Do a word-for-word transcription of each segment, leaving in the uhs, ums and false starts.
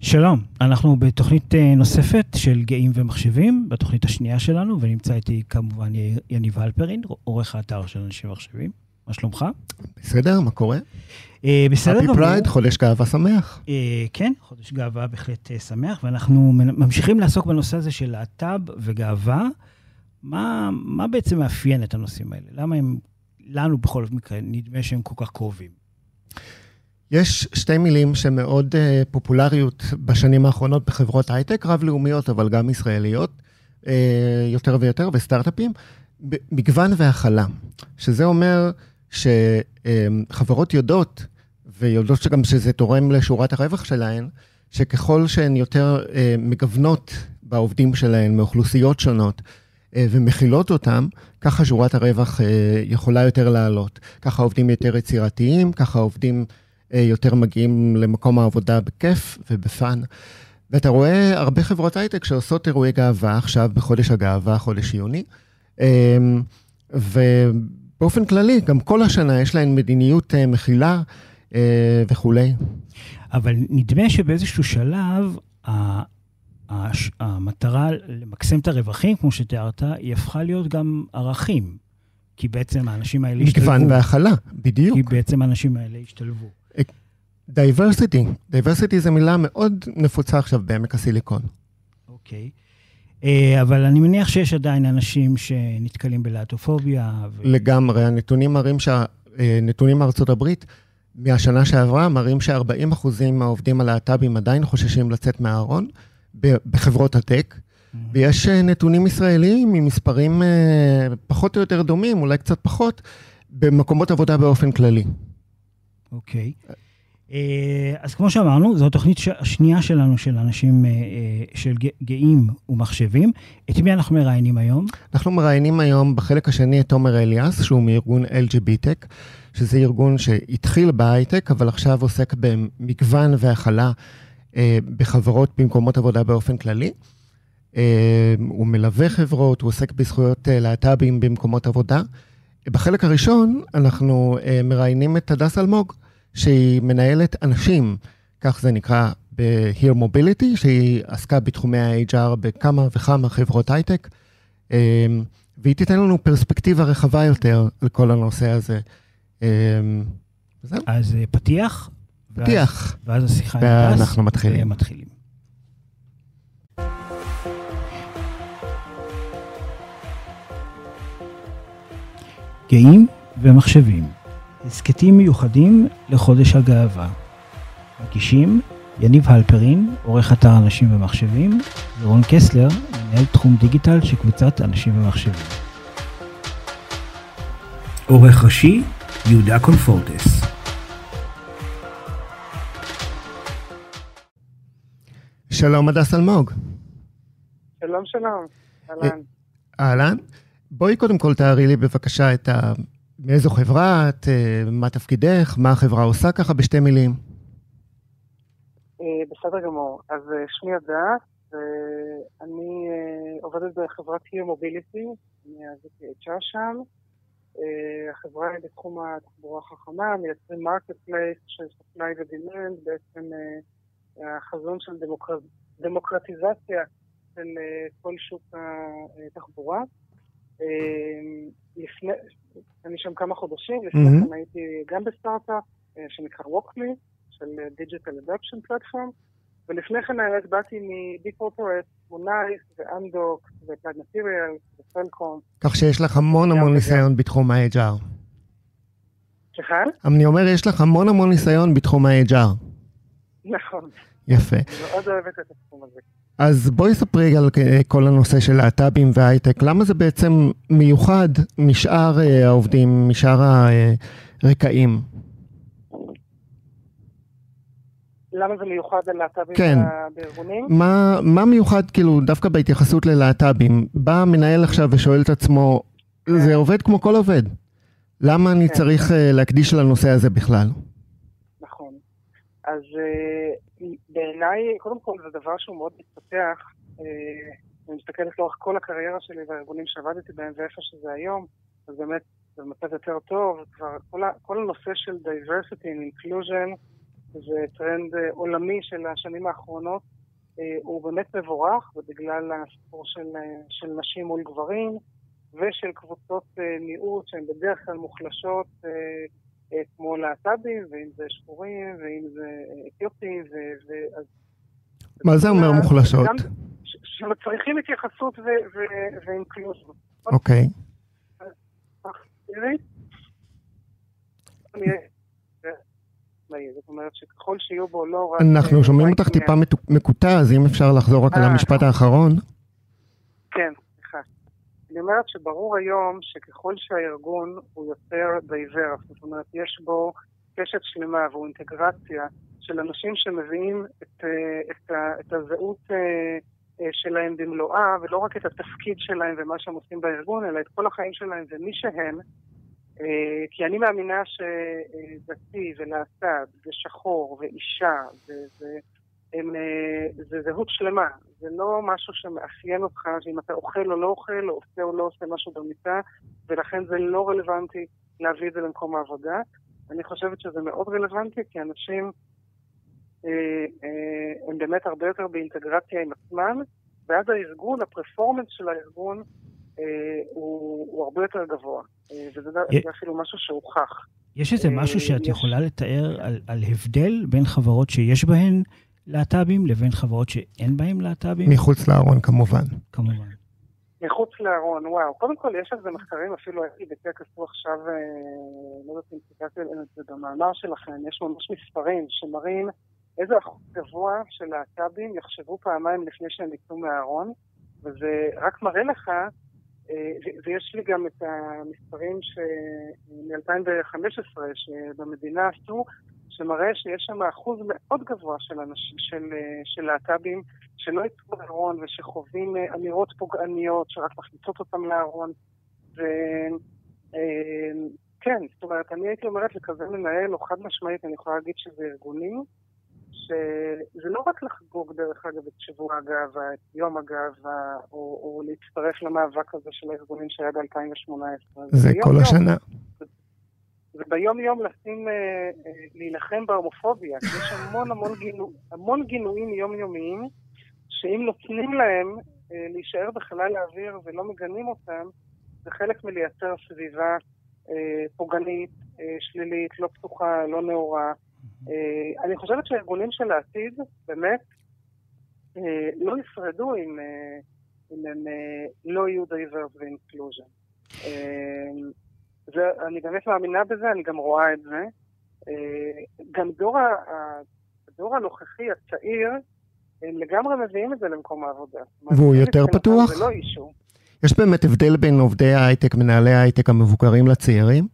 שלום, אנחנו בתוכנית נוספת של גאים ומחשבים, בתוכנית השנייה שלנו, ונמצא איתי כמובן יניב הלפרין, עורך האתר של אנשים ומחשבים. מה שלומך? בסדר, מה קורה? בסדר גמור. Happy Pride, חודש גאווה שמח. כן, חודש גאווה בהחלט שמח, ואנחנו ממשיכים לעסוק בנושא הזה של להט"ב וגאווה. מה, מה בעצם מאפיין את הנושאים האלה? למה הם, לנו בכל מקרה, נדמה שהם כל כך קרובים? יש שתי מילים שמאוד uh, פופולריות בשנים האחרונות בחברות הייטק, רב-לאומיות, אבל גם ישראליות, uh, יותר ויותר, וסטארט-אפים, מגוון והכלה, שזה אומר שחברות uh, יודעות, ויודעות שגם שזה תורם לשורת הרווח שלהן, שככל שהן יותר uh, מגוונות בעובדים שלהן, מאוכלוסיות שונות, uh, ומכילות אותם, ככה שורת הרווח uh, יכולה יותר לעלות. ככה עובדים יותר יצירתיים, ככה עובדים יותר מגיעים למקום העבודה בכיף ובפן. ואתה רואה הרבה חברות הייטק שעושות אירועי גאווה עכשיו בחודש הגאווה, חודש יוני. ובאופן כללי, גם כל השנה יש להן מדיניות מכילה וכו'. אבל נדמה שבאיזשהו שלב, המטרה למקסם את הרווחים, כמו שתיארת, היא הפכה להיות גם ערכים. כי בעצם האנשים האלה השתלבו. מגוון והכלה, בדיוק. כי בעצם האנשים האלה השתלבו. diversity. diversity זה מילה מאוד נפוצה עכשיו בעמק הסיליקון. אוקיי. אבל אני מניח שיש עדיין אנשים שנתקלים בלהטופוביה. לגמרי. הנתונים מראים שהנתונים מארצות הברית מהשנה שעברה מראים ש-ארבעים אחוז מהעובדים הלהט"בים עדיין חוששים לצאת מהארון בחברות הטק. ויש נתונים ישראלים ממספרים פחות או יותר דומים, אולי קצת פחות, במקומות עבודה באופן כללי. אוקיי. אז כמו שאמרנו, זו התוכנית השנייה שלנו של אנשים של גאים ומחשבים. את מי אנחנו מראיינים היום? אנחנו מראיינים היום בחלק השני את תומר אליאס, שהוא מארגון אל ג'י בי טק, שזה ארגון שהתחיל בהייטק, אבל עכשיו עוסק במגוון והכלה בחברות במקומות עבודה באופן כללי. הוא מלווה חברות, הוא עוסק בזכויות להט"בים במקומות עבודה. בחלק הראשון אנחנו מראיינים את הדס אלמוג, שהיא מנהלת אנשים, כך זה נקרא ב-Here Mobility, שהיא עסקה בתחומי ה-אייץ' אר בכמה וכמה חברות הייטק, והיא תיתן לנו פרספקטיבה רחבה יותר על כל הנושא הזה. אז פתיח? פתיח. ואז השיחה עם דס. ואנחנו מתחילים. מתחילים. גאים ומחשבים, הסקטים מיוחדים לחודש הגאווה. מגישים יניב הלפרין, עורך אתר אנשים ומחשבים, ורון קסלר, מנהל תחום דיגיטל של קבוצת אנשים ומחשבים. עורך ראשי, יהודה קונפורטס. שלום הדס אלמוג. שלום שלום, אהלן. אהלן. בואי קודם כל תארי לי בבקשה את ה... מאיזו חברה את, מה תפקידך, מה החברה עושה ככה בשתי מילים. בסדר גמור. אז שמי הדס, אני עובדת בחברת Here Mobility, אני עזיתי אייץ' אר שם. החברה היא בתחום התחבורה החכמה, מייצרים מרקט פלייס של supply ו-demand, בעצם החזון של דמוקרט... דמוקרטיזציה של כל שוק התחבורה. לפני, אני שם כמה חודשים, לפני כן הייתי גם בסטארט-אפ שנקרא Walkme, של Digital Adoption Platform, ולפני כן האמת באתי מ-Big Corporate, מונייס ואנדוק ופלאד מטריאל ופלקום. כך שיש לך המון המון ניסיון בתחום ה-אייץ' אר. סליחה? אני אומר, יש לך המון המון ניסיון בתחום ה-אייץ' אר. נכון. יפה. אני מאוד אוהבת את התחום הזה. אז בואי ספרי על כל הנושא של להט"בים וההייטק. למה זה בעצם מיוחד משאר העובדים, משאר הרקעים? למה זה מיוחד על להט"בים כן. בארגונים? מה, מה מיוחד כאילו דווקא בהתייחסות ללהט"בים? בא המנהל עכשיו ושואל את עצמו, זה עובד כמו כל עובד. למה אני צריך להקדיש לנושא הזה בכלל? נכון. אז בעיניי, קודם כל זה דבר שהוא מאוד מתפתח. אני מסתכלת לאורך כל הקריירה שלי והארגונים שעבדתי בהם ואיפה שזה היום, אז באמת זה מצב יותר טוב. כבר כל, כל הנושא של diversity and inclusion זה טרנד עולמי של השנים האחרונות, הוא באמת מבורך, ובגלל הסיפור של, של נשים מול גברים, ושל קבוצות מיעוט שהן בדרך כלל מוחלשות, כמו להט"בים, ואם זה שחורים, ואם זה אתיופים, ו... ו... מה זה אומר מוחלשות? גם שמצריכים התייחסות ואינקלוזיה. אוקיי. זאת אומרת שככל שיהיו בו לא רק... אנחנו שומעים אותך טיפה מקוטע, אז אם אפשר לחזור רק על המשפט האחרון. כן, סליחה. אני אומרת שברור היום שככל שהארגון הוא יותר דייברס, זאת אומרת יש בו קשת שלמה והוא אינטגרציה של אנשים שמביאים את, את, את הזהות שלהם במלואה, ולא רק את התפקיד שלהם ומה שהם עושים בארגון, אלא את כל החיים שלהם ומי שהם. כי אני מאמינה שדתי ולהט"ב ושחור ואישה זה זהות שלמה. זה לא משהו שמאפיין אותך, שאם אתה אוכל או לא אוכל, או עושה או לא עושה משהו במיטה, ולכן זה לא רלוונטי להביא את זה למקום העבודה. אני חושבת שזה מאוד רלוונטי, כי אנשים הם באמת הרבה יותר באינטגרציה עם עצמם, ואז הארגון, הפרפורמנס של הארגון, הוא, הוא הרבה יותר גבוה, וזה י... אפילו משהו שהוכח. יש איזה משהו שאת יש... יכולה לתאר על, על הבדל בין חברות שיש בהן להט"בים לבין חברות שאין בהן להט"בים? מחוץ לארון כמובן. כמובן. מחוץ לארון, וואו. קודם כל יש על זה מחקרים, אפילו הייתי בטק עשו עכשיו, לא יודעת אם ציטטתי את זה במאמר שלכם, יש ממש מספרים שמראים איזה אחוז גבוה של להט"בים יחשבו פעמיים לפני שהם יצאו מהארון, וזה רק מראה לך, ויש לי גם את המספרים מ-אלפיים וחמש עשרה שבמדינה עשו, שמראה שיש שם אחוז מאוד גבוה של אנשים, של, של להט"בים, שלא יצאו מהארון ושחווים אמירות פוגעניות שרק מכניסות אותם לארון. וכן, זאת אומרת, אני הייתי אומרת לכזה מנהל, או חד משמעית, אני יכולה להגיד שזה ארגונים, שזה לא רק לחגוג דרך אגב את שבוע הגאווה, את יום הגאווה, או, או להצטרף למאבק הזה של הארגונים שהיה ב-אלפיים ושמונה עשרה. זה כל יום, השנה. וביום יום לשים, אה, להילחם בהומופוביה, כי יש המון המון, גינו, המון גינויים יומיומיים, שאם נותנים להם אה, להישאר בחלל האוויר ולא מגנים אותם, זה חלק מלייצר סביבה אה, פוגענית, אה, שלילית, לא פתוחה, לא נאורה. אני חושבת שהארגונים של העתיד באמת לא ישרדו אם הם לא יהיו דייברס ואינקלוז'ן. אני באמת מאמינה בזה, אני גם רואה את זה. גם הדור הנוכחי, הצעיר, הם לגמרי מביאים את זה למקום העבודה. והוא יותר פתוח? זה לא אישו. יש באמת הבדל בין עובדי ההייטק, מנהלי ההייטק המבוקרים לצעירים?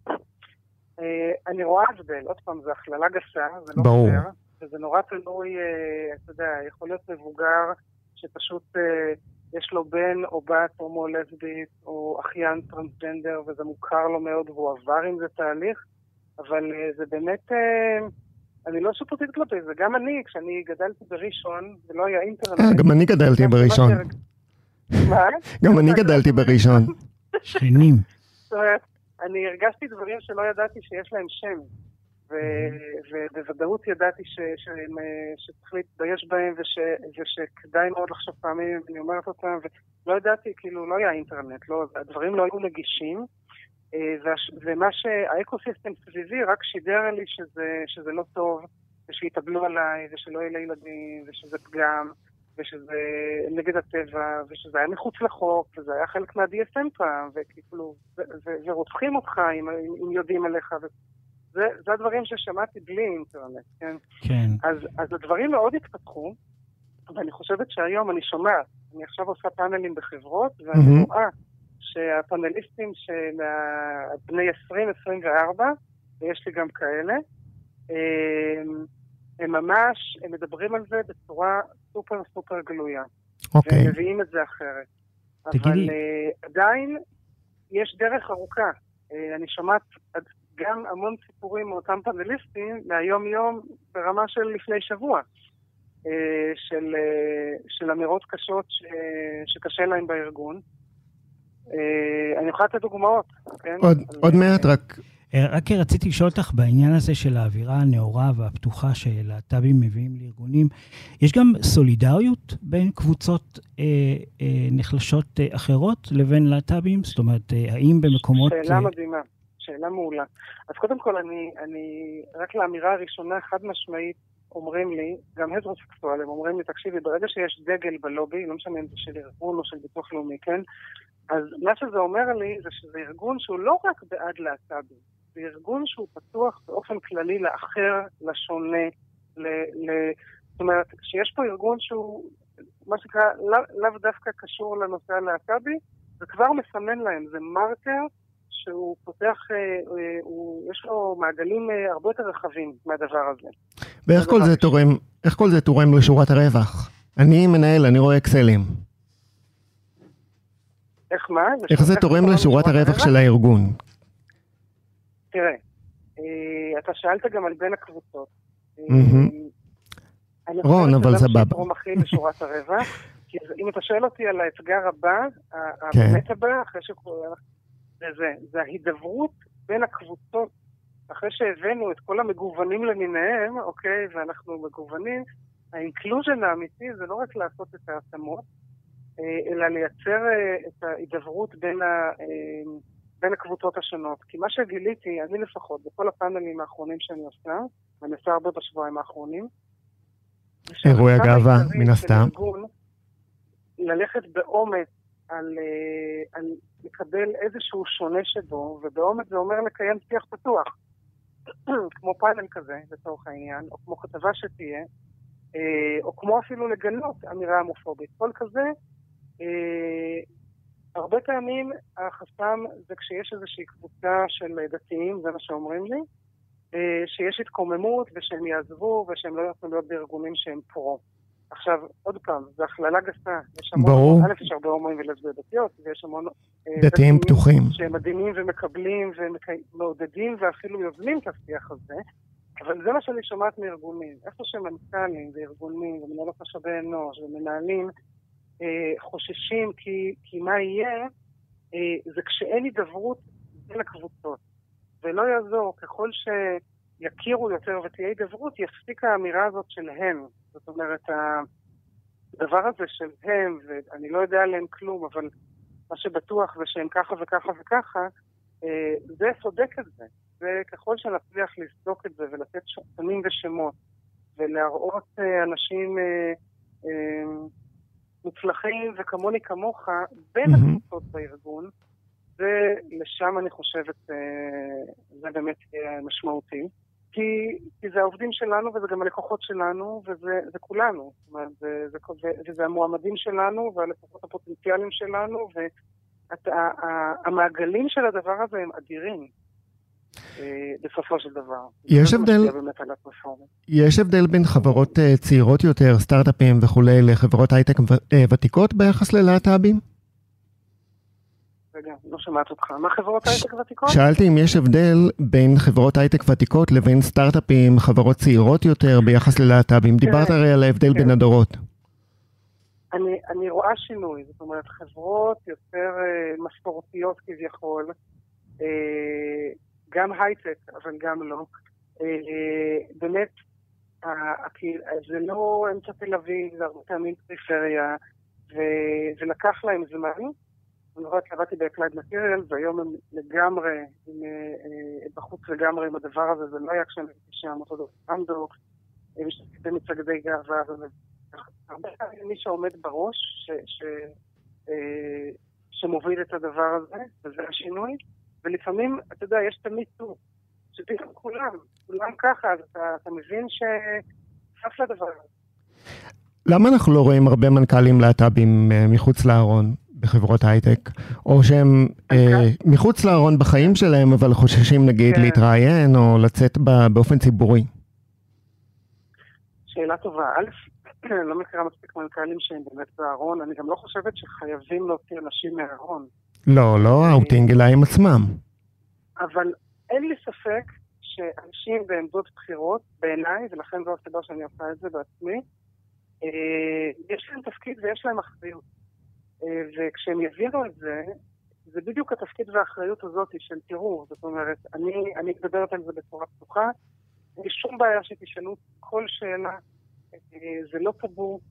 אני רואה הבדל, עוד פעם, זה הכללה גסה, זה לא ברור. חסר, וזה נורא תלוי, אתה יודע, יכול להיות מבוגר שפשוט יש לו בן או בת הומו לסבית או אחיין טרנסג'נדר, וזה מוכר לו מאוד והוא עבר עם זה תהליך, אבל זה באמת, אני לא שופטית כלפי זה, גם אני, כשאני גדלתי בראשון, ולא היה אינטרנט. אה, גם אני גדלתי בראשון. מה? גם אני גדלתי בראשון. שכנים. זאת אומרת, אני הרגשתי דברים שלא ידעתי שיש להם שם, ובוודאות ידעתי שצריך להתבייש בהם, ושכדאי מאוד לחשוב פעמים, אני אומרת אותם, ולא ידעתי, כאילו, לא היה אינטרנט, הדברים לא היו נגישים, ומה שהאקוסיסטם סביבי רק שידר לי שזה לא טוב, ושיתאבלו עליי, ושלא יהיה לילדים, ושזה פגם, ושזה נגד הטבע, ושזה היה מחוץ לחוק, וזה היה חלק מה-די אס אם פעם, וכאילו, ורוצחים אותך אם, אם יודעים עליך, וזה, זה הדברים ששמעתי בלי אינטרנט, כן? כן. אז, אז הדברים מאוד התפתחו, ואני חושבת שהיום אני שומעת, אני עכשיו עושה פאנלים בחברות, ואני mm-hmm. רואה שהפאנליסטים של בני עשרים עשרים וארבע, ויש לי גם כאלה, הם ממש, הם מדברים על זה בצורה סופר סופר גלויה. אוקיי. והם מביאים את זה אחרת. תגידי. אבל uh, עדיין יש דרך ארוכה. Uh, אני שומעת גם המון סיפורים מאותם פאנליסטים מהיום יום ברמה של לפני שבוע. Uh, של, uh, של אמירות קשות ש, שקשה להם בארגון. Uh, אני יכולה לתת דוגמאות. כן? עוד, על, עוד מעט רק... רק רציתי לשאול אותך בעניין הזה של האווירה הנאורה והפתוחה שלהט"בים מביאים לארגונים, יש גם סולידריות בין קבוצות אה, אה, נחלשות אה, אחרות לבין להט"בים? זאת אומרת, אה, האם במקומות... שאלה אה... מדהימה, שאלה מעולה. אז קודם כל, אני, אני רק לאמירה הראשונה חד משמעית אומרים לי, גם הטרוסקסואלים אומרים לי, תקשיבי, ברגע שיש דגל בלובי, לא משנה אם זה של ארגון או של ביטוח לאומי, כן? אז מה שזה אומר לי זה שזה ארגון שהוא לא רק בעד להט"בים, זה ארגון שהוא פתוח באופן כללי לאחר, לשונה, ל, ל, זאת אומרת, שיש פה ארגון שהוא, מה שקרה, לאו לא דווקא קשור לנושא הלהט"בי, זה כבר מסמן להם, זה מרקר שהוא פותח, הוא, יש לו מעגלים הרבה יותר רחבים מהדבר הזה. ואיך כל זה תורם, איך כל זה תורם לשורת הרווח? אני מנהל, אני רואה אקסלים. איך מה? איך זה תורם לשורת הרווח של הארגון? תראה, אתה שאלת גם על בין הקבוצות. רון, אבל סבבה. אני חושבת שזה תורם הכי לשורת הרווח, כי אם אתה שואל אותי על האתגר הבא, הבאמת הבא, אחרי שכבר... זה, זה ההידברות בין הקבוצות, אחרי שהבאנו את כל המגוונים למיניהם, אוקיי, ואנחנו מגוונים, האינקלוז'ן האמיתי זה לא רק לעשות את ההתאמות, אלא לייצר את ההידברות בין, ה, בין הקבוצות השונות. כי מה שגיליתי, אני לפחות, בכל הפאנלים האחרונים שאני עושה, אני עושה הרבה בשבועיים האחרונים, אירועי הגאווה, מן הסתם. ללכת באומץ על, על לקבל איזשהו שונה שבו, ובאומץ זה אומר לקיים שיח פתוח, כמו פאנל כזה, לצורך העניין, או כמו כתבה שתהיה, או כמו אפילו לגנות אמירה המופובית. כל כזה, הרבה פעמים החסם זה כשיש איזושהי קבוצה של דתיים, זה מה שאומרים לי, שיש התקוממות ושהם יעזבו ושהם לא יכולים להיות בארגונים שהם פרו. עכשיו, עוד פעם, זה הכללה גסה. ברור. א', יש הרבה הומואים ולסביות דתיות, ויש המון דתיים פתוחים. שהם מדהימים ומקבלים ומעודדים ואפילו יוזמים את השיח הזה, אבל זה מה שאני שומעת מארגונים. איפה שמנכ"לים וארגונים ומנהלות משאבי אנוש ומנהלים חוששים כי, כי מה יהיה, זה כשאין הידברות בין הקבוצות. ולא יעזור, ככל שיכירו יותר ותהיה הידברות, יפסיק האמירה הזאת של הם. זאת אומרת, הדבר הזה של הם, ואני לא יודע עליהם כלום, אבל מה שבטוח זה שהם ככה וככה וככה, זה סודק את זה. וככל שנצליח לסדוק את זה ולתת שמים ושמות, ולהראות אנשים מוצלחים וכמוני כמוך בין הקבוצות בארגון, ולשם אני חושבת זה באמת משמעותי. כי, כי זה העובדים שלנו וזה גם הלקוחות שלנו וזה זה כולנו. זאת אומרת, זה, זה, וזה המועמדים שלנו והלקוחות הפוטנציאליים שלנו והמעגלים של הדבר הזה הם אדירים בסופו של דבר. יש הבדל, יש הבדל בין חברות צעירות יותר, סטארט-אפים וכולי, לחברות הייטק ותיקות ביחס ללהט"בים? רגע, לא שמעת אותך. מה חברות הייטק ותיקות? שאלתי אם יש הבדל בין חברות הייטק ותיקות לבין סטארט-אפים, חברות צעירות יותר ביחס ללהט"בים. דיברת הרי על ההבדל בין הדורות. אני, אני רואה שינוי. זאת אומרת, חברות יותר מסורתיות כביכול, גם הייטק, אבל גם לא. באמת, זה לא אמצע תל אביב, זה הרבה פעמים פריפריה, ולקח להם זמן. אני רואה, קראתי באפלייד מטריאל, והיום הם לגמרי, הם בחוץ לגמרי עם הדבר הזה, זה לא היה כשהם שם, אותו דבר אמדוקס, הם משתתפים מצגדי גאווה, הרבה פעמים מי שעומד בראש, שמוביל את הדבר הזה, וזה השינוי, ולפעמים, אתה יודע, יש תמיד טוב, שפתאום כולם, כולם ככה, אז אתה מבין שסף לדבר הזה. למה אנחנו לא רואים הרבה מנכ"לים להט"בים מחוץ לארון? בחברות הייטק, או שהם אה, מחוץ לארון בחיים שלהם, אבל חוששים נגיד כן. להתראיין או לצאת באופן ציבורי. שאלה טובה. א', לא מכירה מספיק מנכ"לים שהם באמת בארון, אני גם לא חושבת שחייבים להוציא אנשים מהארון. לא, לא האוטינג, אלא עם עצמם. אבל אין לי ספק שאנשים בעמדות בחירות, בעיניי, ולכן זו הסיבה שאני עושה את זה בעצמי, אה, יש להם תפקיד ויש להם אחריות. וכשהם יבינו את זה, זה בדיוק התפקיד והאחריות הזאת של תראו, זאת אומרת, אני, אני מדברת על זה בצורה פתוחה, אין לי שום בעיה שתשאלו כל שאלה, זה לא טאבו,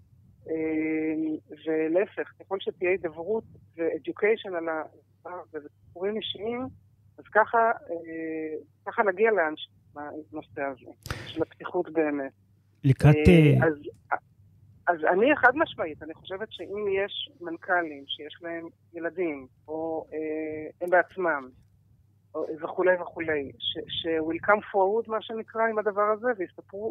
ולהפך, ככל שתהיה דברות ו-education על הסיפורים אישיים, אז ככה, ככה נגיע לאנשי בנושא הזה, של הפתיחות באמת. לקראת... אז, אז אני חד משמעית, אני חושבת שאם יש מנכ"לים שיש להם ילדים, או הם בעצמם, וכולי וכולי, ש-will come forward, מה שנקרא, עם הדבר הזה, ויספרו,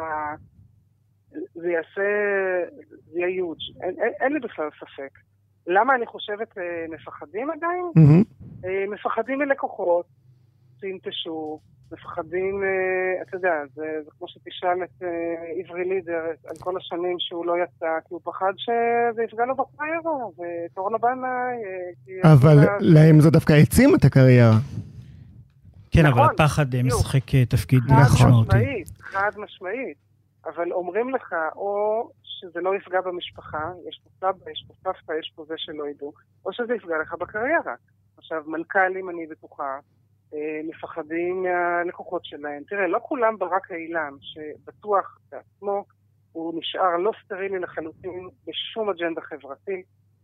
זה יעשה, זה יהיה יוג'. אין לי בכלל ספק. למה אני חושבת מפחדים עדיין? מפחדים מלקוחות, שינטשו, מפחדים, אתה יודע, זה כמו שתשאל את עברי לידר על כל השנים שהוא לא יצא, כי הוא פחד שזה יפגע לו בקריירה, ותורנה בנאי... אבל להם זה דווקא העצים את הקריירה. כן, אבל הפחד משחק תפקיד משמעותי. חד משמעית, חד משמעית. אבל אומרים לך, או שזה לא יפגע במשפחה, יש פה סבא, יש פה סבתא, יש פה זה שלא ידעו, או שזה יפגע לך בקריירה. עכשיו, מנכ"לים, אני בטוחה, מפחדים מהלקוחות שלהם. תראה, לא כולם ברק האילן, שבטוח בעצמו, הוא נשאר לא סטרילי לחלוטין בשום אג'נדה חברתית.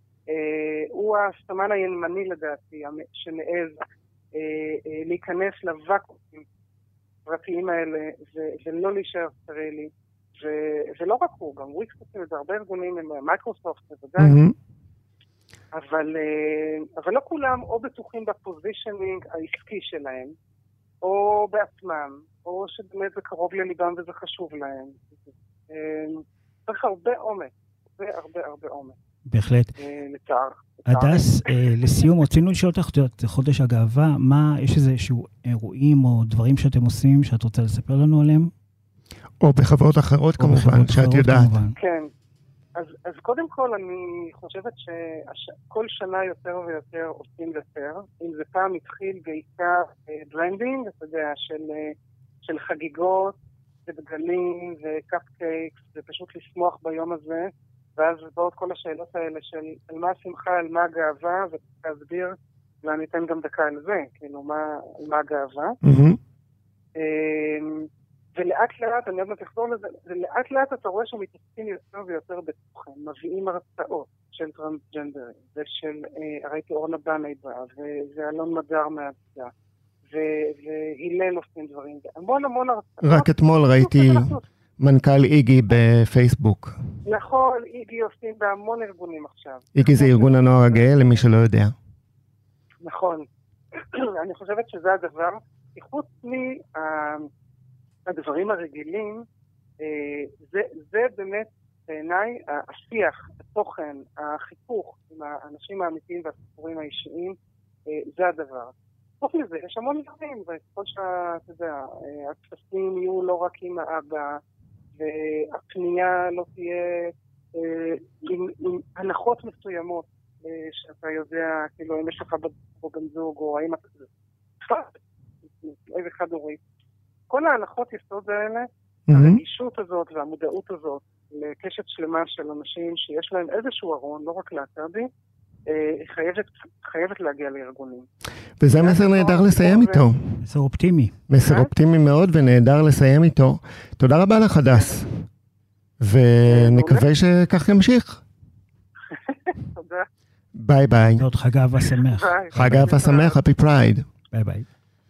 הוא הסמן הימני לדעתי, שמעז להיכנס לוואקומים הפרטיים האלה, ולא להישאר סטרילי. ולא רק הוא, גם וויקס עושים את זה, הרבה ארגונים עם מייקרוסופט, בוודאי. אבל, אבל לא כולם או בטוחים בפוזישנינג העסקי שלהם, או בעצמם, או שבאמת זה קרוב לליבם וזה חשוב להם. צריך הרבה עומק, הרבה הרבה הרבה עומק. בהחלט. לצער. הדס, לסיום, רצינו לשאול אותך, זה חודש הגאווה, מה, יש איזשהו אירועים או דברים שאתם עושים שאת רוצה לספר לנו עליהם? או בחברות אחרות כמובן, שאת יודעת. כן. אז, אז קודם כל אני חושבת שכל שנה יותר ויותר עושים יותר. אם זה פעם התחיל בעיקר ברנדינג, אתה יודע, של, של חגיגות ודגלים וקאפקייקס, ופשוט לשמוח ביום הזה, ואז באות כל השאלות האלה של על מה השמחה, על מה הגאווה, ותסביר, ואני אתן גם דקה על זה, כאילו, מה, על מה הגאווה. Mm-hmm. ולאט לאט, אני עוד לא תחזור לזה, ולאט לאט אתה רואה שמתעסקים יותר ויותר בתוכן, מביאים הרצאות של טרנסג'נדרים, ושל, אה, ראיתי אורנה בנאי באה, ואלון מדר מהעבודה, והילל עושים דברים, המון המון הרצאות. רק אתמול ראיתי מנכ"ל איגי בפייסבוק. נכון, איגי עושים בהמון ארגונים עכשיו. איגי זה ארגון הנוער הגאה, למי שלא יודע. נכון. אני חושבת שזה הדבר, חוץ מ... הדברים הרגילים, זה, זה באמת בעיניי השיח, התוכן, החיכוך עם האנשים האמיתיים והסיפורים האישיים, זה הדבר. חוץ מזה, יש המון דברים, וכל שאתה יודע, הכספים יהיו לא רק עם האבא, והפנייה לא תהיה עם, עם הנחות מסוימות, שאתה יודע, כאילו, אם יש לך בן זוג, או האם אתה... איזה אחד הורי. כל ההנחות יסוד האלה, mm-hmm. הרגישות הזאת והמודעות הזאת לקשת שלמה של אנשים שיש להם איזשהו ארון, לא רק להט"בי, היא חייבת, חייבת להגיע לארגונים. וזה מסר נהדר לסיים איתו. מסר אופטימי. מסר אופטימי מאוד ונהדר לסיים איתו. תודה רבה לך, הדס. ונקווה שכך ימשיך. תודה. ביי ביי. עוד חג אהבה שמח. חג אהבה שמח, Happy Pride. ביי ביי.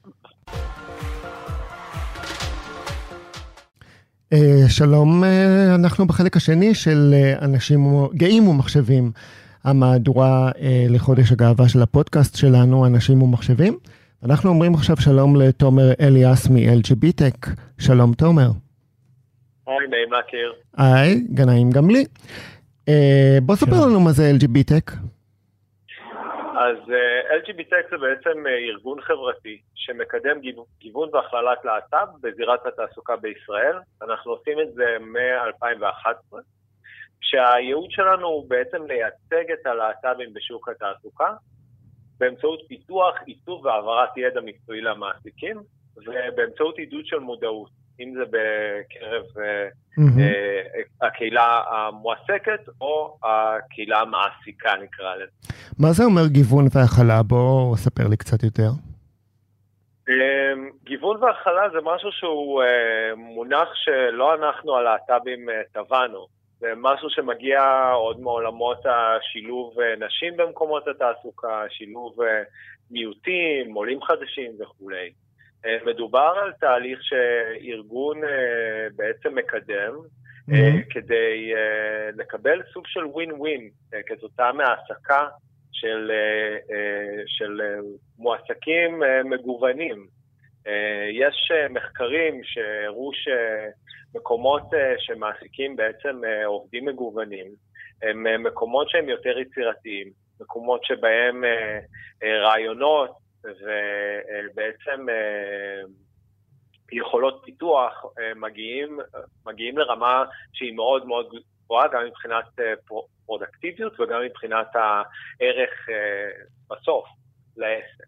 שלום, אנחנו בחלק השני של אנשים גאים ומחשבים, המהדורה לחודש הגאווה של הפודקאסט שלנו, אנשים ומחשבים. אנחנו אומרים עכשיו שלום לתומר אליאס מ-אל ג'י בי טק. שלום תומר. היי, נעים להכיר. היי, גנאים גם לי. בוא ספר לנו מה זה אל ג'י בי טק. אז אל ג'י בי טק זה בעצם ארגון חברתי שמקדם גיוון והכללת להט"ב בזירת התעסוקה בישראל. אנחנו עושים את זה מ-אלפיים ואחת עשרה, שהייעוד שלנו הוא בעצם לייצג את הלהט"בים בשוק התעסוקה, באמצעות פיתוח, עיצוב והעברת ידע מקצועי למעסיקים, ובאמצעות עידוד של מודעות. אם זה בקרב mm-hmm. הקהילה המועסקת או הקהילה המעסיקה נקרא לזה. מה זה אומר גיוון והכלה? בוא ספר לי קצת יותר. גיוון והכלה זה משהו שהוא מונח שלא אנחנו הלהט"בים טבענו. זה משהו שמגיע עוד מעולמות השילוב נשים במקומות התעסוקה, שילוב מיעוטים, עולים חדשים וכו'. מדובר על תהליך שארגון בעצם מקדם mm-hmm. כדי לקבל סוג של ווין ווין כתוצאה מהעסקה של, של מועסקים מגוונים. יש מחקרים שהראו שמקומות שמעסיקים בעצם עובדים מגוונים, הם מקומות שהם יותר יצירתיים, מקומות שבהם רעיונות ובעצם יכולות פיתוח מגיעים, מגיעים לרמה שהיא מאוד מאוד גבוהה, גם מבחינת פרודקטיביות וגם מבחינת הערך בסוף לעסק.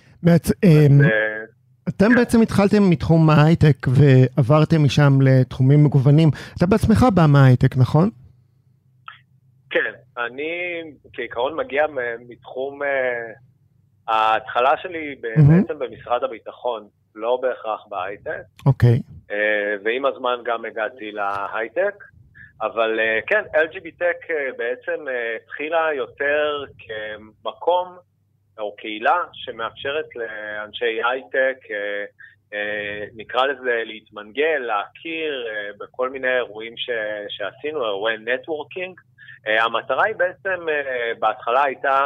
אתם בעצם התחלתם מתחום ההייטק ועברתם משם לתחומים מגוונים. אתה בעצמך בא מההייטק, נכון? כן, אני כעיקרון מגיע מתחום, ההתחלה שלי בעצם במשרד הביטחון, לא בהכרח בהייטק. אוקיי. ועם הזמן גם הגעתי להייטק. אבל כן, אל ג'י בי טק בעצם התחילה יותר כמקום או קהילה שמאפשרת לאנשי הייטק, נקרא לזה להתמנגל, להכיר בכל מיני אירועים ש- שעשינו, אירועי נטוורקינג. המטרה היא בעצם, בהתחלה הייתה,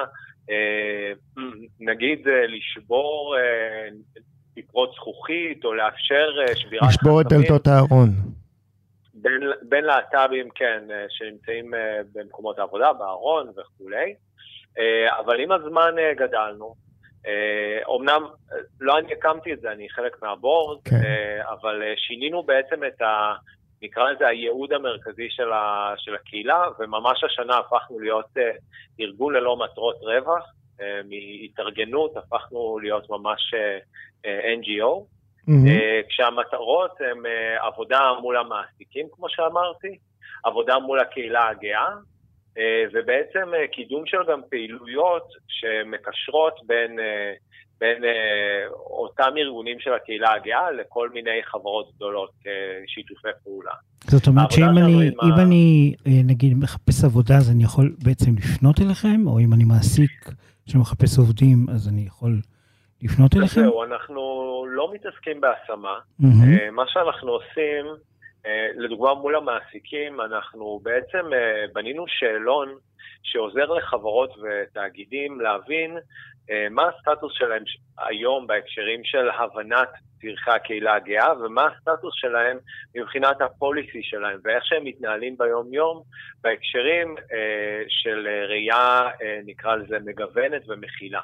נגיד, לשבור תקרות זכוכית או לאפשר שבירת חסמים. לשבור את דלתות הארון. בין, בין להט"בים, כן, שנמצאים במקומות העבודה, בארון וכו'. אבל עם הזמן גדלנו. אומנם, לא אני הקמתי את זה, אני חלק מהבורד, כן. אבל שינינו בעצם את ה... נקרא לזה הייעוד המרכזי של, ה, של הקהילה, וממש השנה הפכנו להיות ארגון ללא מטרות רווח, מהתארגנות הפכנו להיות ממש אן ג'י או, mm-hmm. כשהמטרות הן עבודה מול המעסיקים, כמו שאמרתי, עבודה מול הקהילה הגאה, ובעצם קידום של גם פעילויות שמקשרות בין, בין אותם ארגונים של הקהילה הגאה לכל מיני חברות גדולות שיתופי פעולה. זאת אומרת שאם אני, אם ה... אני נגיד מחפש עבודה, אז אני יכול בעצם לפנות אליכם, או אם אני מעסיק שמחפש עובדים, אז אני יכול לפנות אליכם? זהו, אנחנו לא מתעסקים בהשמה. Mm-hmm. מה שאנחנו עושים, לדוגמה מול המעסיקים, אנחנו בעצם בנינו שאלון שעוזר לחברות ותאגידים להבין מה הסטטוס שלהם היום בהקשרים של הבנת צרכי הקהילה הגאה, ומה הסטטוס שלהם מבחינת הפוליסי שלהם, ואיך שהם מתנהלים ביום יום בהקשרים של ראייה, נקרא לזה, מגוונת ומכילה.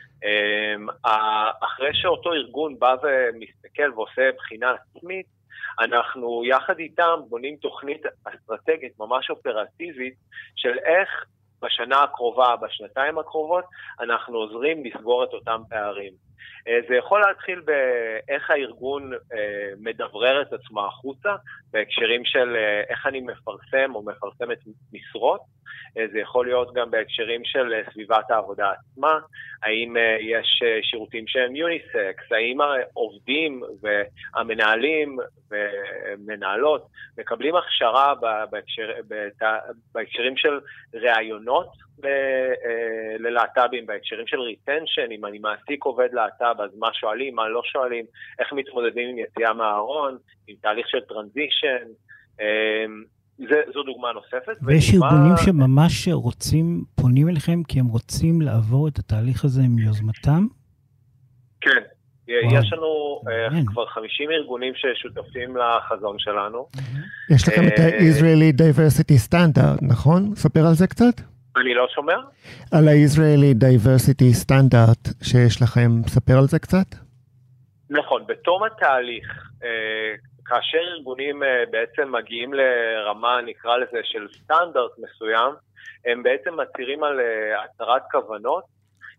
אחרי שאותו ארגון בא ומסתכל ועושה בחינה עצמית, אנחנו יחד איתם בונים תוכנית אסטרטגית ממש אופרטיבית של איך בשנה הקרובה, בשנתיים הקרובות, אנחנו עוזרים לסגור את אותם פערים. זה יכול להתחיל באיך הארגון מדברר את עצמו החוצה, בהקשרים של איך אני מפרסם או מפרסמת משרות, זה יכול להיות גם בהקשרים של סביבת העבודה עצמה, האם יש שירותים שהם יוניסקס, האם העובדים והמנהלים ומנהלות מקבלים הכשרה בהקשר, בהקשרים של רעיונות ללהט"בים, בהקשרים של ריטנשן, אם אני מעסיק עובד להט"ב, אז מה שואלים, מה לא שואלים, איך מתמודדים עם יציאה מהארון, עם תהליך של טרנזישן, זה, זו דוגמה נוספת. ויש ודוגמה... ארגונים שממש רוצים, פונים אליכם, כי הם רוצים לעבור את התהליך הזה מיוזמתם? כן, וואו. יש לנו uh, כבר חמישים ארגונים ששותפים לחזון שלנו. יש לכם את ה-Israeli Diversity Standard, נכון? ספר על זה קצת? אני לא שומע. על ה-Israeli Diversity Standard שיש לכם, ספר על זה קצת? נכון, בתום התהליך, כאשר ארגונים בעצם מגיעים לרמה, נקרא לזה, של סטנדרט מסוים, הם בעצם מצהירים על הצהרת כוונות,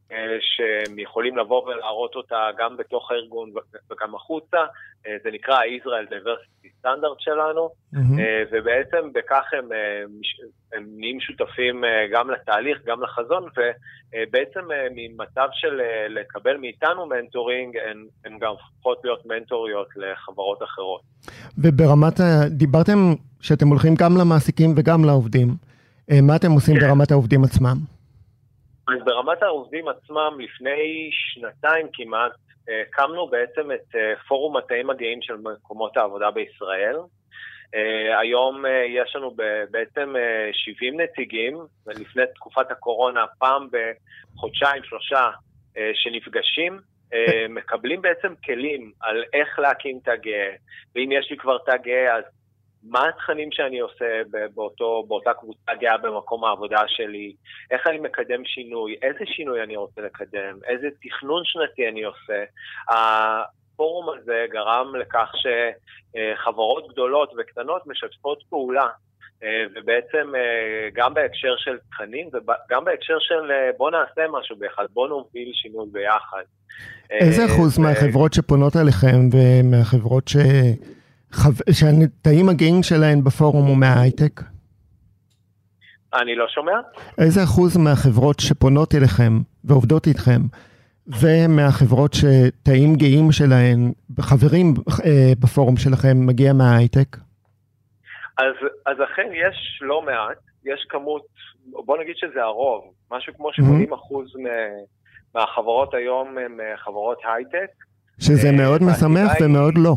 שהם יכולים לבוא ולהראות אותה גם בתוך הארגון וגם החוצה, זה נקרא ה-Israel Diversity Standard שלנו, mm-hmm. ובעצם בכך הם, הם נהיים שותפים גם לתהליך, גם לחזון, ובעצם ממצב של לקבל מאיתנו מנטורינג, הם, הם גם הופכות להיות מנטוריות לחברות אחרות. וברמת, דיברתם שאתם הולכים גם למעסיקים וגם לעובדים, מה אתם עושים כן. ברמת העובדים עצמם? אז ברמת העובדים עצמם, לפני שנתיים כמעט, קמנו בעצם את פורום התאים הגאים של מקומות העבודה בישראל. היום יש לנו בעצם שבעים נציגים, ולפני תקופת הקורונה, פעם בחודשיים, שלושה שנפגשים, מקבלים בעצם כלים על איך להקים תא גאה, ואם יש לי כבר תא גאה, אז מה התכנים שאני עושה באותו, באותה קבוצה גאה במקום העבודה שלי, איך אני מקדם שינוי, איזה שינוי אני רוצה לקדם, איזה תכנון שנתי אני עושה. הפורום הזה גרם לכך שחברות גדולות וקטנות משתפות פעולה, ובעצם גם בהקשר של תכנים וגם בהקשר של בוא נעשה משהו ביחד, בוא נוביל שינוי ביחד. איזה אחוז ו... מהחברות שפונות אליכם ומהחברות ש... שהתאים הגאים שלהן בפורום הוא מההייטק? אני לא שומע. איזה אחוז מהחברות שפונות אליכם ועובדות איתכם, ומהחברות שתאים גאים שלהן, חברים בפורום שלכם, מגיע מההייטק? אז, אז אכן יש לא מעט, יש כמות, בוא נגיד שזה הרוב, משהו כמו שמונים אחוז מהחברות היום הן חברות הייטק. שזה מאוד משמח ומאוד לא.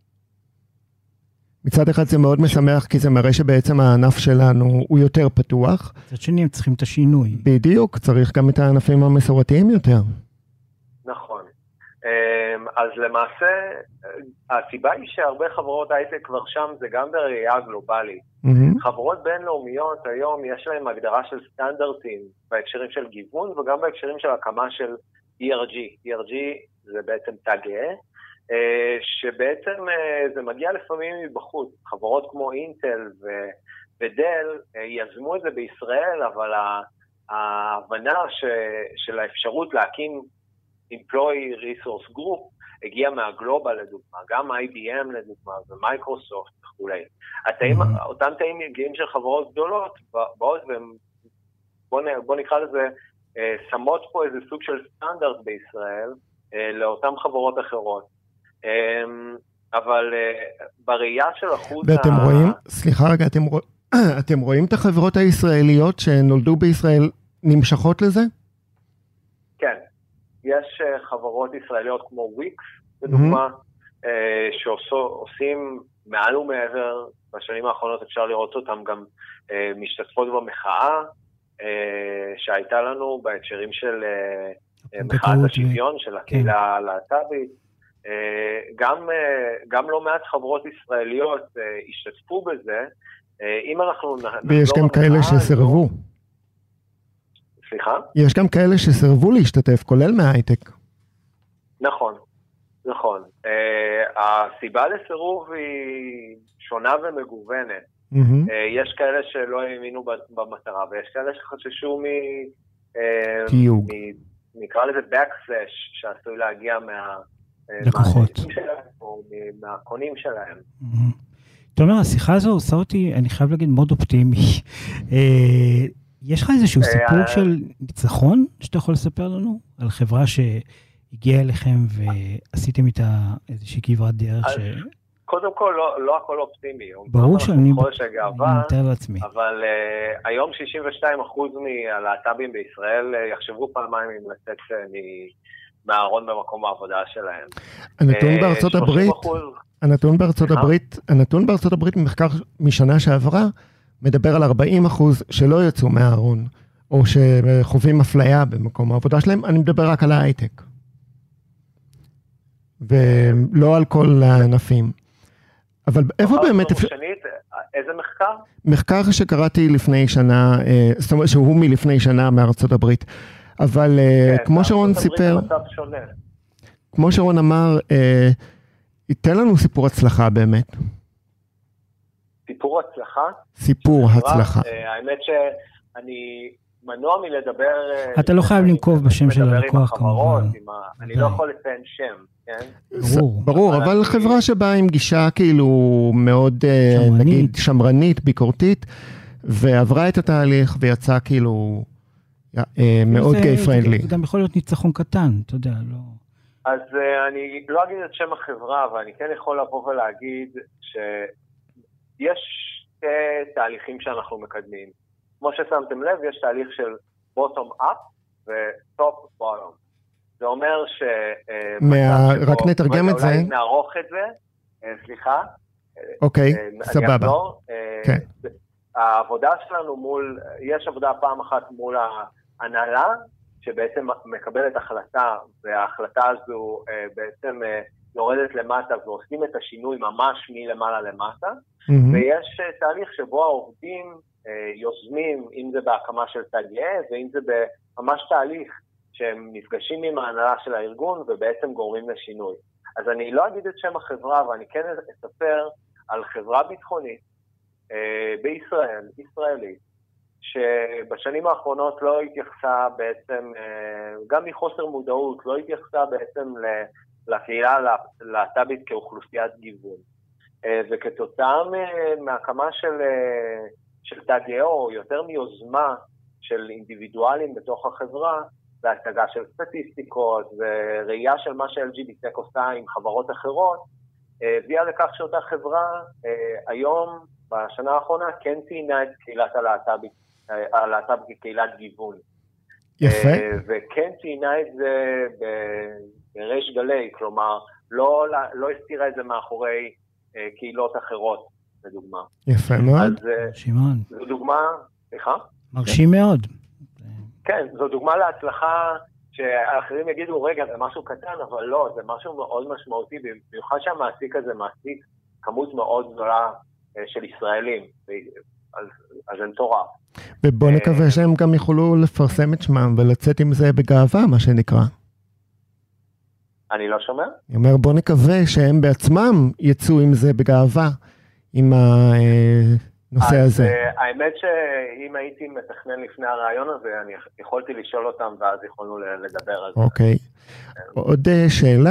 מצד אחד זה מאוד משמח, כי זה מראה שבעצם הענף שלנו הוא יותר פתוח. מצד שני, הם צריכים את השינוי. בדיוק, צריך גם את הענפים המסורתיים יותר. נכון. אז למעשה, הסיבה היא שהרבה חברות הייטק כבר שם, זה גם בראייה גלובלית. Mm-hmm. חברות בינלאומיות היום יש להם הגדרה של סטנדרטים, בהקשרים של גיוון, וגם בהקשרים של הקמה של E R G. E R G זה בעצם תא גאה. שבעצם זה מגיע לפעמים מבחוץ. חברות כמו אינטל ודל יזמו את זה בישראל, אבל ההבנה של האפשרות להקים Employee Resource Group הגיעה מהגלובל לדוגמה, גם I B M לדוגמה ומייקרוסופט וכו'. אותם תאים מגיעים של חברות גדולות, בוא נקרא לזה, שמות פה איזה סוג של סטנדרט בישראל לאותן חברות אחרות. אבל בראייה של אחוז... ואתם רואים, סליחה רגע, אתם רואים את החברות הישראליות שנולדו בישראל נמשכות לזה? כן, יש חברות ישראליות כמו וויקס, לדוגמה, שעושים מעל ומעבר, בשנים האחרונות אפשר לראות אותם גם משתתפות במחאה, שהייתה לנו בהקשרים של מחאת השוויון של הקהילה הלהט"בית. גם, גם לא מעט חברות ישראליות השתתפו בזה, אם אנחנו... ויש גם כאלה שסרבו. סליחה? יש גם כאלה שסרבו להשתתף, כולל מההייטק. נכון, נכון. הסיבה לסירוב היא שונה ומגוונת. Mm-hmm. יש כאלה שלא האמינו במטרה, ויש כאלה שחששו מ... תיוג. נקרא לזה backslash, שעשוי להגיע מה... לקוחות. או מהקונים שלהם. תומר, השיחה הזו עושה אותי, אני חייב להגיד, מאוד אופטימי. יש לך איזשהו סיפור של ניצחון שאתה יכול לספר לנו? על חברה שהגיעה אליכם ועשיתם איתה איזושהי כברת דרך ש... קודם כל, לא הכל אופטימי. ברור שאני מתאר לעצמי. אבל היום שישים ושתיים אחוז מהלהט"בים בישראל יחשבו פעמיים אם לצאת מהארון במקום העבודה שלהם. הנתון בארצות הברית, הנתון בארצות הברית, הנתון בארצות הברית ממחקר משנה שעברה, מדבר על ארבעים אחוז שלא יצאו מהארון, או שחווים אפליה במקום העבודה שלהם. אני מדבר רק על ההייטק. ולא על כל הענפים. אבל איפה באמת... איזה מחקר? מחקר שקראתי לפני שנה, זאת אומרת שהוא מלפני שנה מארצות הברית. אבל כמו שרון סיפר, כמו שרון אמר, ייתן לנו סיפור הצלחה באמת. סיפור הצלחה? סיפור הצלחה. האמת שאני מנוע מלדבר... אתה לא חייב לנקוב בשם של הלקוח כמובן. אני לא יכול לציין שם, כן? ברור. ברור, אבל חברה שבאה עם גישה כאילו מאוד, נגיד, שמרנית, ביקורתית, ועברה את התהליך ויצאה כאילו מאוד גיי פרנדלי. זה גם יכול להיות ניצחון קטן, אתה יודע, לא... אז אני לא אגיד את שם החברה, אבל אני כן יכול לבוא ולהגיד שיש תהליכים שאנחנו מקדמים. כמו ששמתם לב, יש תהליך של bottom up ו-top bottom. זה אומר ש... רק נתרגם את זה. אולי נערוך את זה, סליחה. אוקיי, סבבה. כן. העבודה שלנו מול, יש עבודה פעם אחת מול ההנהלה, שבעצם מקבלת החלטה, וההחלטה הזו בעצם יורדת למטה, ועושים את השינוי ממש מלמעלה למטה, ויש תהליך שבו העובדים יוזמים, אם זה בהקמה של תגיה, ואם זה ממש תהליך שהם נפגשים עם ההנהלה של הארגון, ובעצם גורמים לשינוי. אז אני לא אגיד את שם החברה, ואני כן אספר על חברה ביטחונית בישראל, ישראלית, שבשנים האחרונות לא התייחסה בעצם, גם מחוסר מודעות, לא התייחסה בעצם לקהילה להט"בית כאוכלוסיית גיוון. וכתוצאה מהקמה של, של תגאו, יותר מיוזמה של אינדיבידואלים בתוך החברה, והצגה של סטטיסטיקות וראייה של מה ש-אל ג'י בי טק עושה עם חברות אחרות, הביאה לכך שאותה חברה היום, בשנה האחרונה, כן ציינה את קהילת הלהט"בית, הלהט"ב כקהילת גיוון. יפה. וכן ציינה את זה בריש גלי, כלומר, לא, לא הסתירה את זה מאחורי קהילות אחרות, לדוגמה. יפה מאוד. אז מרשימן. זו דוגמה, סליחה? מרשים מאוד. כן, זו דוגמה להצלחה שאחרים יגידו, רגע, זה משהו קטן, אבל לא, זה משהו מאוד משמעותי, במיוחד שהמעסיק הזה מעסיק כמות מאוד גדולה של ישראלים, אז, אז אין תורה. ובוא נקווה שהם גם יוכלו לפרסם את שמם ולצאת עם זה בגאווה, מה שנקרא. אני לא שומע? אני אומר, בוא נקווה שהם בעצמם יצאו עם זה בגאווה, עם הנושא הזה. אז האמת שאם הייתי מתכנן לפני הרעיון הזה, אני יכולתי לשאול אותם, ואז יכולנו לדבר על זה. אוקיי. עוד שאלה,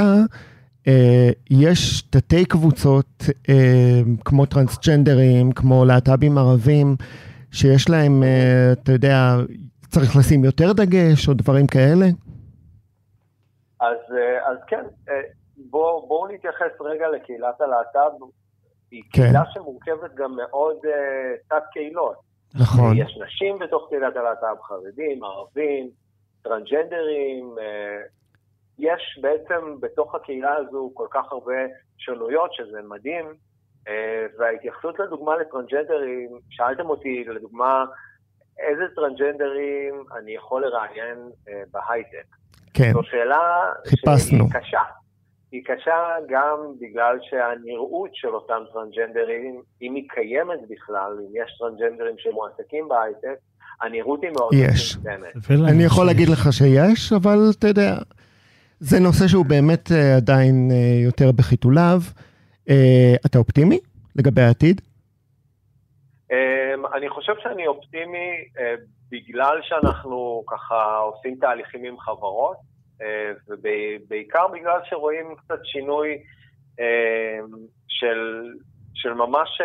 יש תתי קבוצות כמו טרנסג'נדרים, כמו להט"בים ערבים, שיש להם, אתה יודע, צריך לשים יותר דגש או דברים כאלה? אז, אז כן, בואו בוא נתייחס רגע לקהילת הלהט"ב, היא כן. קהילה שמורכבת גם מאוד תת קהילות. נכון. יש נשים בתוך קהילת הלהט"ב, חרדים, ערבים, טרנסג'נדרים, יש בעצם בתוך הקהילה הזו כל כך הרבה שונויות שזה מדהים, וההתייחסות לדוגמה לטרנסג'נדרים, שאלתם אותי לדוגמה איזה טרנסג'נדרים אני יכול לראיין בהייטק. כן, זו שאלה חיפשנו. שהיא קשה. היא קשה גם בגלל שהנראות של אותם טרנסג'נדרים, אם היא קיימת בכלל, אם יש טרנסג'נדרים שמועסקים בהייטק, הנראות היא מאוד מצומצמת. אני יכול להגיד לך שיש, אבל אתה יודע, זה נושא שהוא באמת עדיין יותר בחיתוליו. אתה אופטימי לגבי העתיד? אני חושב שאני אופטימי בגלל שאנחנו ככה עושים תהליכים עם חברות, ובעיקר בגלל שרואים קצת שינוי של, של ממש...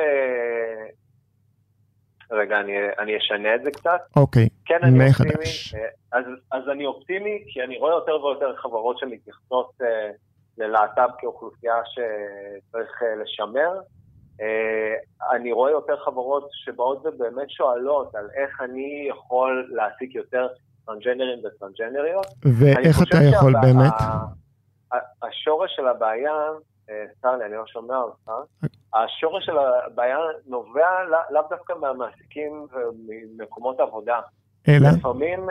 רגע, אני, אני אשנה את זה קצת. אוקיי, כן, אני אופטימי. אז, אז אני אופטימי, כי אני רואה יותר ויותר חברות שמתייחסות ללהט"ב כאוכלוסייה שצריך לשמר. אני רואה יותר חברות שבאות ובאמת שואלות על איך אני יכול להעסיק יותר טרנסג'נדרים וטרנסג'נריות. ואיך אתה יכול באמת? השורש של הבעיה, סטר לי, אני לא שומע אותך, השורש של הבעיה נובע לאו דווקא מהמעסיקים וממקומות עבודה. אלא? לפעמים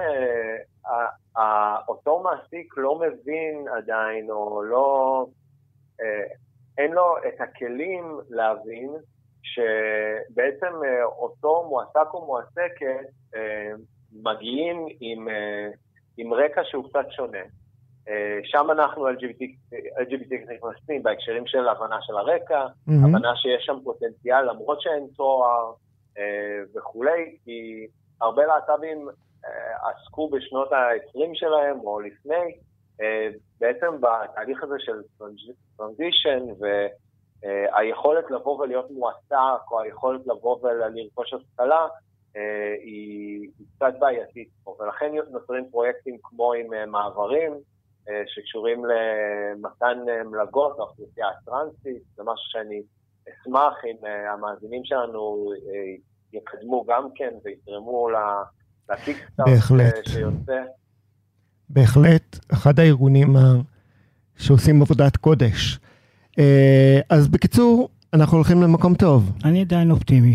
אותו מעסיק לא מבין עדיין, או לא, אין לו את הכלים להבין, שבעצם אותו מועסק או מועסקת מגיעים עם, עם רקע שהוא קצת שונה. שם אנחנו אל ג'י בי טי נכנסים בהקשרים של הבנה של הרקע, mm-hmm. הבנה שיש שם פוטנציאל למרות שאין תואר וכולי, כי הרבה להט"בים עסקו בשנות ה-עשרים שלהם או לפני, בעצם בתהליך הזה של טרנזישן והיכולת לבוא ולהיות מועסק או היכולת לבוא ולרכוש השכלה היא קצת בעייתית פה, ולכן נוצרים פרויקטים כמו עם מעברים שקשורים למתן מלגות לאוכלוסייה הטרנסית. זה משהו שאני אשמח אם המאזינים שלנו יקדמו גם כן ויתרמו לקיקסטארט שיוצא. בהחלט, אחד הארגונים שעושים עבודת קודש. אז בקיצור, אנחנו הולכים למקום טוב. אני עדיין אופטימי.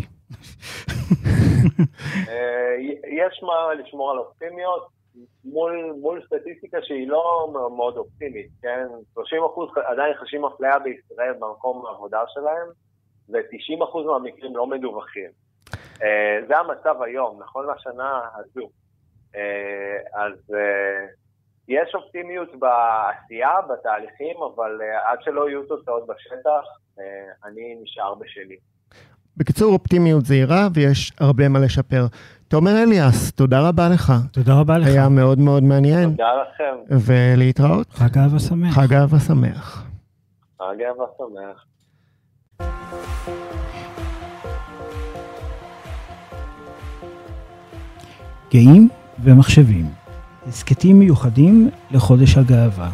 יש מה לשמור על אופטימיות מול, מול סטטיסטיקה שהיא לא מאוד אופטימית, כן? שלושים אחוז עדיין חשים אפליה בישראל במקום העבודה שלהם, ו-תשעים אחוז מהמקרים לא מדווחים. זה המצב היום, נכון לשנה הזו. אז יש אופטימיות בעשייה, בתהליכים, אבל עד שלא יהיו תוצאות בשטח, אני נשאר בשלי. בקיצור, אופטימיות זהירה, ויש הרבה מה לשפר. תומר אליאס, תודה רבה לך. תודה רבה לך. היה מאוד מאוד מעניין. תודה לכם. ולהתראות. חג אהבה שמח. חג אהבה שמח. חג אהבה שמח. גאים ומחשבים. הסקטים מיוחדים לחודש הגאווה.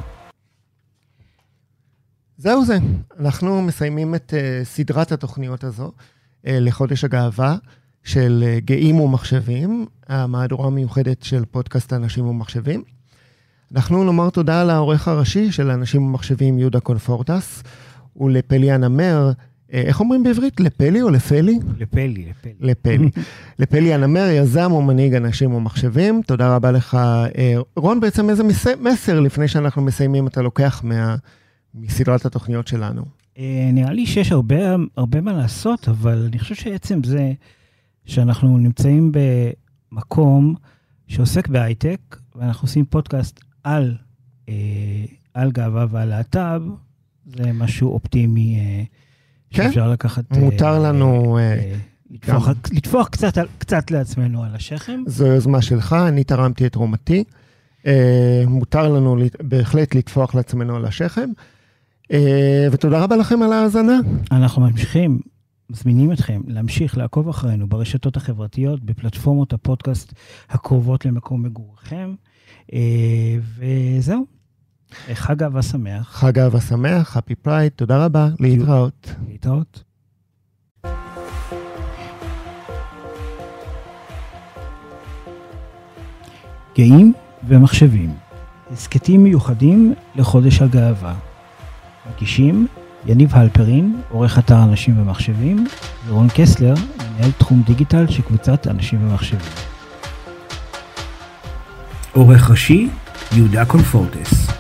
זהו זה. אנחנו מסיימים את uh, סדרת התוכניות הזו uh, לחודש הגאווה של uh, גאים ומחשבים, המהדורה המיוחדת של פודקאסט אנשים ומחשבים. אנחנו נאמר תודה לעורך הראשי של אנשים ומחשבים יהודה קונפורטס, ולפלי הנמר, איך אומרים בעברית? לפלי או לפלי? לפלי, לפלי. לפלי. לפלי הנמר, יזם ומנהיג אנשים ומחשבים. תודה רבה לך. רון, בעצם איזה מסר לפני שאנחנו מסיימים אתה לוקח מה, מסדרת התוכניות שלנו? נראה לי שיש הרבה, הרבה מה לעשות, אבל אני חושב שעצם זה שאנחנו נמצאים במקום שעוסק בהייטק, ואנחנו עושים פודקאסט על, על גאווה ועל להט"ב, זה משהו אופטימי, שאפשר לקחת... מותר לנו... לטפוח קצת לעצמנו על השכם. זו יוזמה שלך, אני תרמתי את תרומתי. מותר לנו בהחלט לטפוח לעצמנו על השכם. ותודה רבה לכם על ההאזנה. אנחנו ממשיכים, מזמינים אתכם להמשיך לעקוב אחרינו ברשתות החברתיות, בפלטפורמות הפודקאסט הקרובות למקום מגורכם. וזהו. חג אהבה שמח. חג אהבה שמח, Happy Pride, תודה רבה, להתראות. להתראות. גאים ומחשבים. הסקטים מיוחדים לחודש הגאווה. מגישים יניב הלפרין, עורך אתר אנשים ומחשבים, ורון קסלר, מנהל תחום דיגיטל של קבוצת אנשים ומחשבים. עורך ראשי, יהודה קונפורטס.